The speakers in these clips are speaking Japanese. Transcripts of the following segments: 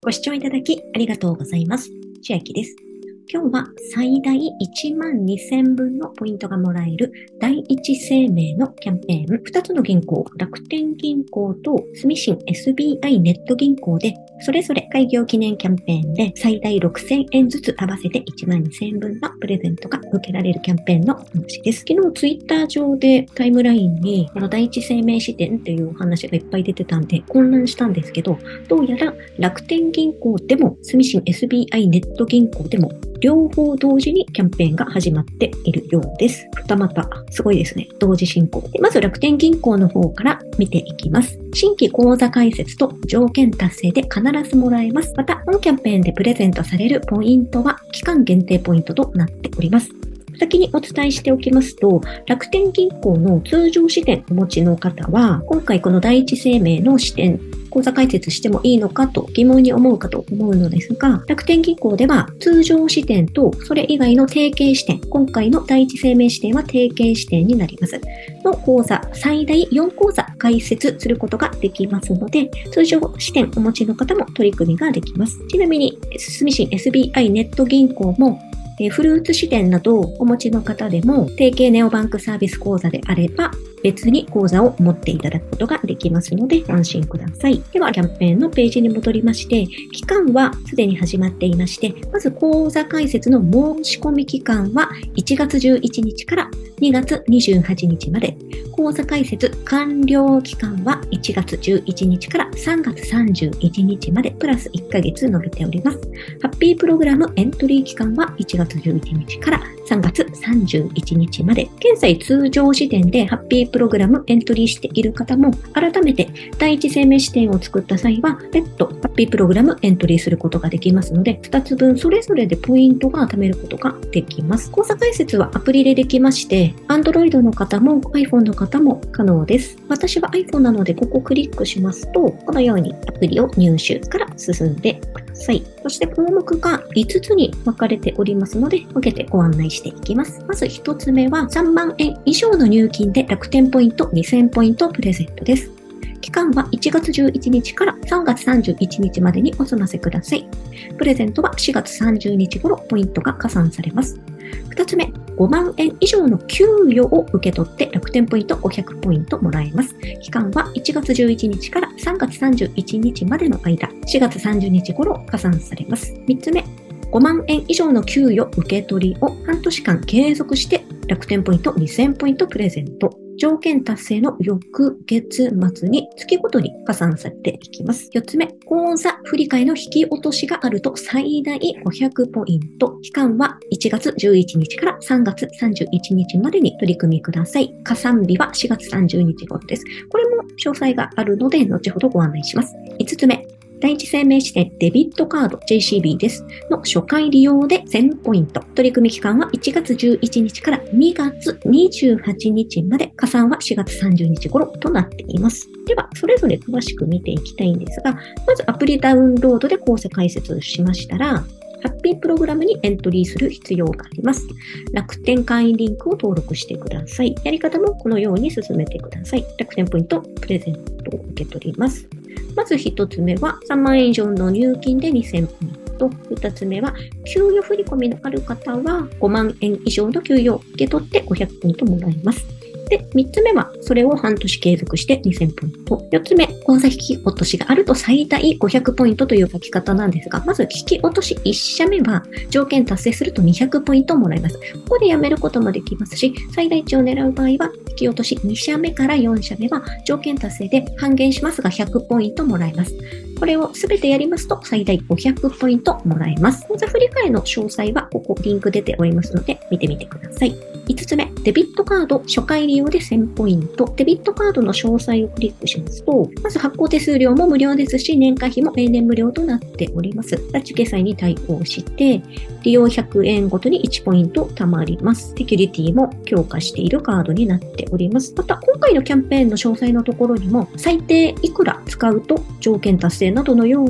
ご視聴いただきありがとうございます。千秋です。今日は最大12,000分のポイントがもらえる第一生命のキャンペーン、2つの銀行、楽天銀行と住信 SBI ネット銀行でそれぞれ開業記念キャンペーンで最大6,000円ずつ合わせて12,000分のプレゼントが受けられるキャンペーンの話です。昨日ツイッター上でタイムラインにこの第一生命支店っていうお話がいっぱい出てたんで混乱したんですけど、どうやら楽天銀行でも住信 SBI ネット銀行でも両方同時にキャンペーンが始まっているようです。二股、すごいですね。同時進行。まず楽天銀行の方から見ていきます。新規口座開設と条件達成で必ずもらえます。また、本キャンペーンでプレゼントされるポイントは期間限定ポイントとなっております。先にお伝えしておきますと、楽天銀行の通常支店をお持ちの方は、今回この第一生命の支店、口座開設してもいいのかと疑問に思うかと思うのですが、楽天銀行では通常支店とそれ以外の提携支店、今回の第一生命支店は提携支店になります。の口座、最大4口座開設することができますので、通常支店お持ちの方も取り組みができます。ちなみに、住信 SBI ネット銀行もフルーツ支店などお持ちの方でも提携ネオバンクサービス口座であれば別に口座を持っていただくことができますので安心ください。ではキャンペーンのページに戻りまして、期間はすでに始まっていまして、まず口座開設の申し込み期間は1月11日から2月28日まで、口座開設完了期間は1月11日から3月31日までプラス1ヶ月伸びております。ハッピープログラムエントリー期間は1月11日から3月31日まで。現在通常時点でハッピープログラムエントリーしている方も改めて第一生命支店を作った際は別途ハッピープログラムエントリーすることができますので、2つ分それぞれでポイントが貯めることができます。口座開設はアプリでできまして、Android の方も iPhone の方も可能です。私は iPhone なのでここをクリックしますと、このようにアプリを入手から進んでください。そして項目が5つに分かれておりますので、分けてご案内していきます。まず1つ目は3万円以上の入金で楽天ポイント2000ポイントプレゼントです。期間は1月11日から3月31日までにお済ませください。プレゼントは4月30日頃ポイントが加算されます。2つ目、5万円以上の給与を受け取って楽天ポイント500ポイントもらえます。期間は1月11日から3月31日までの間、4月30日頃加算されます。3つ目、5万円以上の給与受け取りを半年間継続して楽天ポイント2000ポイントプレゼント。条件達成の翌月末に月ごとに加算されていきます。4つ目、口座振替の引き落としがあると最大500ポイント。期間は1月11日から3月31日までに取り組みください。加算日は4月30日頃です。これも詳細があるので後ほどご案内します。5つ目、第一生命支店デビットカード JCB です。の初回利用で1000ポイント。取り組み期間は1月11日から2月28日まで、加算は4月30日頃となっています。では、それぞれ詳しく見ていきたいんですが、まずアプリダウンロードで口座開設しましたら、ハッピープログラムにエントリーする必要があります。楽天会員リンクを登録してください。やり方もこのように進めてください。楽天ポイントプレゼントを受け取ります。まず1つ目は3万円以上の入金で2000ポイント。2つ目は給与振込のある方は5万円以上の給与を受け取って500ポイントもらえます。で、3つ目はそれを半年継続して2000ポイント。4つ目、口座引き落としがあると最大500ポイントという書き方なんですが、まず引き落とし1社目は条件達成すると200ポイントもらえます。ここでやめることもできますし、最大値を狙う場合は引き落とし2社目から4社目は条件達成で半減しますが100ポイントもらえます。これをすべてやりますと最大500ポイントもらえます。口座振替の詳細はここリンク出ておりますので見てみてください。5つ目、デビットカード初回利用で1000ポイント。デビットカードの詳細をクリックしますと、まず発行手数料も無料ですし、年会費も例年無料となっております。タッチ決済に対応して、利用100円ごとに1ポイント貯まります。セキュリティも強化しているカードになっております。また、今回のキャンペーンの詳細のところにも、最低いくら使うと条件達成などのような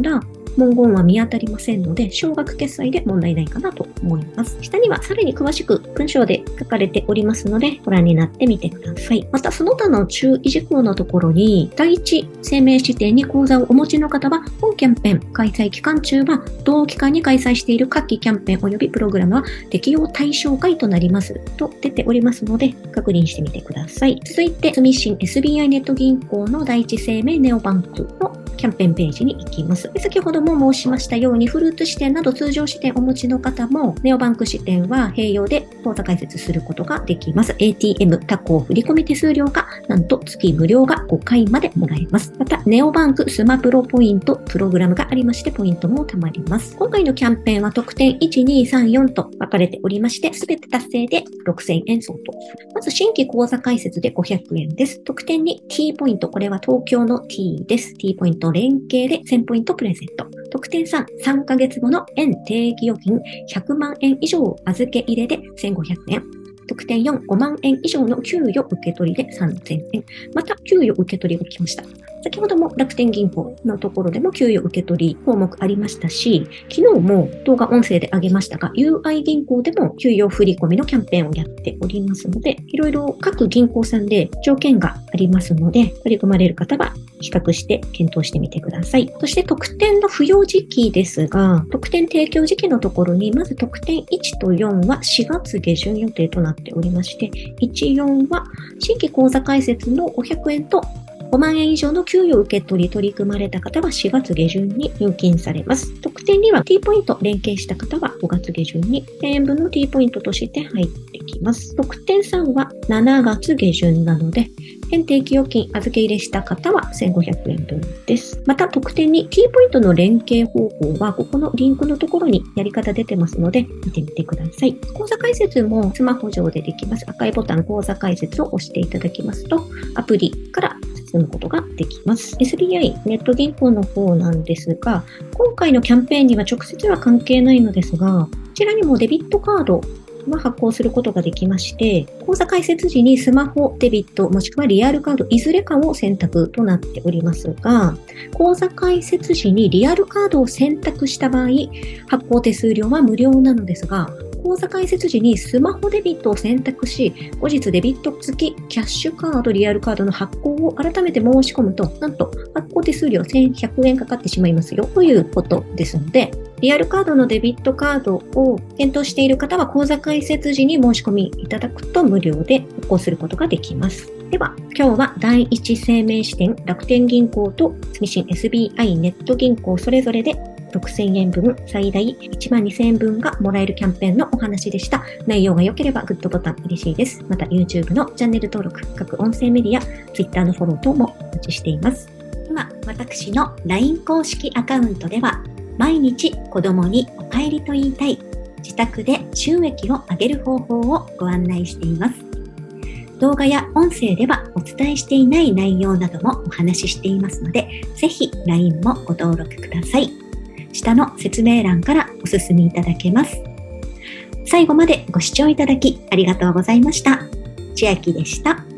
文言は見当たりませんので、少額決済で問題ないかなと思います。下にはさらに詳しく文章で書かれておりますので、ご覧になってみてください。また、その他の注意事項のところに、第一生命支店に口座をお持ちの方は、本キャンペーン開催期間中は、同期間に開催している夏季キャンペーン及びプログラムは適用対象外となりますと出ておりますので、確認してみてください。続いて、住信 SBI ネット銀行の第一生命ネオバンクのキャンペーンページに行きます。先ほども申しましたように、フルーツ支店など通常支店お持ちの方も、ネオバンク支店は併用で口座開設することができます。ATM 他行振込手数料がなんと月無料が5回までもらえます。また、ネオバンクスマプロポイントプログラムがありまして、ポイントも貯まります。今回のキャンペーンは特典1、2、3、4と分かれておりまして、すべて達成で6000円相当。まず、新規口座開設で500円です。特典に T ポイント、これは東京の T です。T ポイント連携で1000ポイントプレゼント。特典3、3ヶ月後の円定期預金100万円以上預け入れで1500円。特典4、5万円以上の給与受け取りで3000円。また、給与受け取りが来ました。先ほども楽天銀行のところでも給与受け取り項目ありましたし、昨日も動画音声で上げましたが、UI 銀行でも給与振込のキャンペーンをやっておりますので、いろいろ各銀行さんで条件がありますので、取り組まれる方は比較して検討してみてください。そして特典の付与時期ですが、特典提供時期のところに、まず特典1と4は4月下旬予定となっておりまして、1、4は新規口座開設の500円と5万円以上の給与受け取り取り組まれた方は4月下旬に入金されます。特典には T ポイント連携した方は5月下旬に1000円分の T ポイントとして入ってきます。特典3は7月下旬なので、返定期預金預け入れした方は1500円分です。また特典に T ポイントの連携方法はここのリンクのところにやり方出てますので見てみてください。口座開設もスマホ上でできます。赤いボタン口座開設を押していただきますとアプリから進むことができます。SBI ネット銀行の方なんですが、今回のキャンペーンには直接は関係ないのですが、こちらにもデビットカードは発行することができまして、口座開設時にスマホデビットもしくはリアルカードいずれかを選択となっておりますが、口座開設時にリアルカードを選択した場合、発行手数料は無料なのですが、口座開設時にスマホデビットを選択し、後日デビット付きキャッシュカード、リアルカードの発行を改めて申し込むと、なんと発行手数料1100円かかってしまいますよということですので、リアルカードのデビットカードを検討している方は口座開設時に申し込みいただくと無料で発行することができます。では、今日は第一生命支店、楽天銀行と住信 SBI ネット銀行それぞれで6000円分、最大12000円分がもらえるキャンペーンのお話でした。内容が良ければグッドボタン嬉しいです。また YouTube のチャンネル登録、各音声メディア、Twitter のフォロー等もお待ちしています。今、私の LINE 公式アカウントでは、毎日子供にお帰りと言いたい、自宅で収益を上げる方法をご案内しています。動画や音声ではお伝えしていない内容などもお話ししていますので、ぜひ LINE もご登録ください。下の説明欄からお進みいただけます。最後までご視聴いただきありがとうございました。千秋でした。